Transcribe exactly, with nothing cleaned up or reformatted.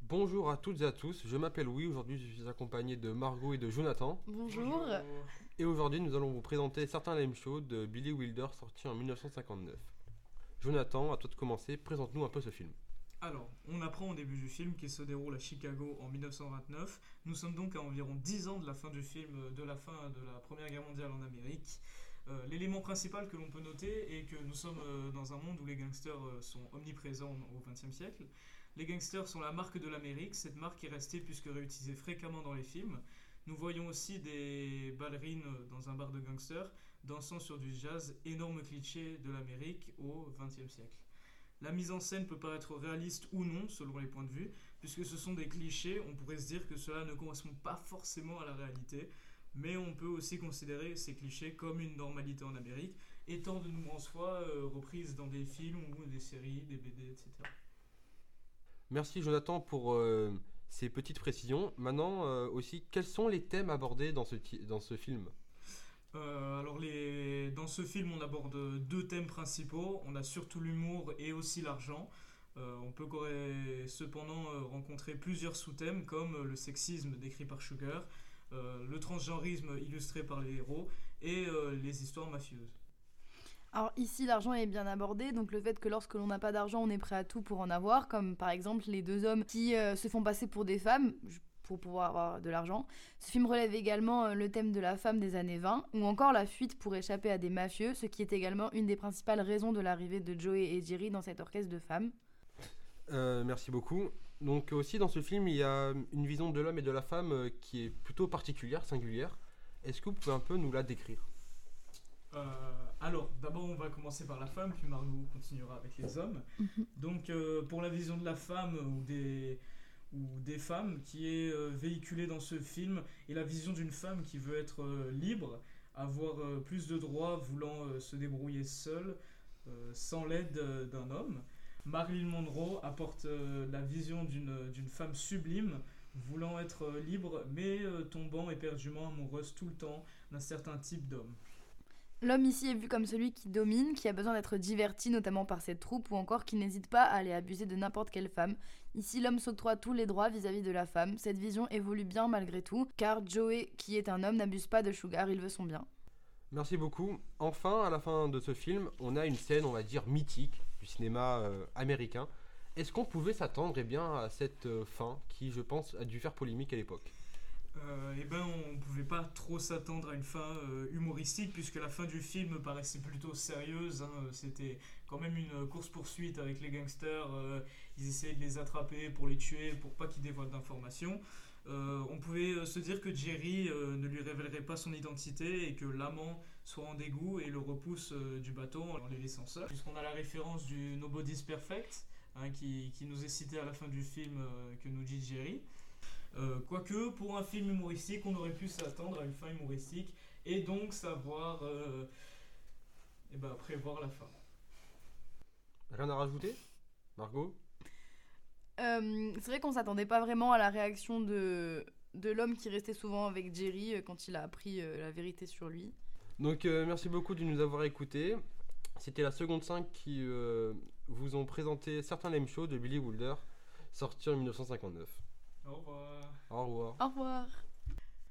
Bonjour à toutes et à tous, je m'appelle Louis, aujourd'hui je suis accompagné de Margot et de Jonathan. Bonjour. Et aujourd'hui nous allons vous présenter certains lame shows de Billy Wilder sortis en mille neuf cent cinquante-neuf. Jonathan, à toi de commencer, présente-nous un peu ce film. Alors, on apprend au début du film qu'il se déroule à Chicago en dix-neuf cent vingt-neuf. Nous sommes donc à environ dix ans de la fin du film, de la fin de la Première Guerre mondiale en Amérique. Euh, l'élément principal que l'on peut noter est que nous sommes euh, dans un monde où les gangsters euh, sont omniprésents au vingtième siècle. Les gangsters sont la marque de l'Amérique, cette marque est restée puisque réutilisée fréquemment dans les films. Nous voyons aussi des ballerines dans un bar de gangsters dansant sur du jazz, énorme cliché de l'Amérique au vingtième siècle. La mise en scène peut paraître réaliste ou non, selon les points de vue, puisque ce sont des clichés, on pourrait se dire que cela ne correspond pas forcément à la réalité, mais on peut aussi considérer ces clichés comme une normalité en Amérique, étant de nous en soi euh, reprises dans des films ou des séries, des B D, et cetera. Merci Jonathan pour euh, ces petites précisions. Maintenant euh, aussi, quels sont les thèmes abordés dans ce, ti- dans ce film ? Euh, alors les... Dans ce film, on aborde deux thèmes principaux. On a surtout l'humour et aussi l'argent. Euh, on peut coré- cependant euh, rencontrer plusieurs sous-thèmes comme euh, le sexisme décrit par Sugar, euh, le transgenrisme illustré par les héros et euh, les histoires mafieuses. Alors ici, l'argent est bien abordé, donc le fait que lorsque l'on n'a pas d'argent, on est prêt à tout pour en avoir, comme par exemple les deux hommes qui euh, se font passer pour des femmes pour pouvoir avoir de l'argent. Ce film relève également euh, le thème de la femme des années vingt, ou encore la fuite pour échapper à des mafieux, ce qui est également une des principales raisons de l'arrivée de Joey et Jerry dans cet orchestre de femmes. Euh, Merci beaucoup. Donc aussi dans ce film, il y a une vision de l'homme et de la femme euh, qui est plutôt particulière, singulière. Est-ce que vous pouvez un peu nous la décrire ? Euh, alors, d'abord, on va commencer par la femme, puis Margot continuera avec les hommes. Donc, euh, pour la vision de la femme ou des, ou des femmes qui est euh, véhiculée dans ce film, et la vision d'une femme qui veut être euh, libre, avoir euh, plus de droits, voulant euh, se débrouiller seule, euh, sans l'aide euh, d'un homme. Marilyn Monroe apporte euh, la vision d'une, d'une femme sublime, voulant être euh, libre, mais euh, tombant éperdument amoureuse tout le temps d'un certain type d'homme. L'homme ici est vu comme celui qui domine, qui a besoin d'être diverti notamment par cette troupe, ou encore qui n'hésite pas à aller abuser de n'importe quelle femme. Ici, l'homme s'octroie tous les droits vis-à-vis de la femme. Cette vision évolue bien malgré tout, car Joey, qui est un homme, n'abuse pas de Sugar, il veut son bien. Merci beaucoup. Enfin, à la fin de ce film, on a une scène, on va dire, mythique du cinéma euh, américain. Est-ce qu'on pouvait s'attendre eh bien, à cette euh, fin qui, je pense, a dû faire polémique à l'époque ? Euh, eh ben, on ne pouvait pas trop s'attendre à une fin euh, humoristique puisque la fin du film paraissait plutôt sérieuse. Hein. C'était quand même une course-poursuite avec les gangsters. Euh, ils essayaient de les attraper pour les tuer, pour pas qu'ils dévoilent d'informations. Euh, on pouvait se dire que Jerry euh, ne lui révélerait pas son identité et que l'amant soit en dégoût et le repousse euh, du bateau en les laissant seuls. Puisqu'on a la référence du Nobody's Perfect hein, qui, qui nous est cité à la fin du film euh, que nous dit Jerry. Euh, quoique, pour un film humoristique, on aurait pu s'attendre à une fin humoristique et donc savoir euh, et ben, prévoir la fin. Rien à rajouter ? Margot ? Euh, c'est vrai qu'on s'attendait pas vraiment à la réaction de, de l'homme qui restait souvent avec Jerry euh, quand il a appris euh, la vérité sur lui. Donc euh, merci beaucoup de nous avoir écoutés. C'était la seconde cinq qui euh, vous ont présenté certains lame shows de Billy Wilder sortis en mille neuf cent cinquante-neuf. Au revoir. Au revoir. Au revoir.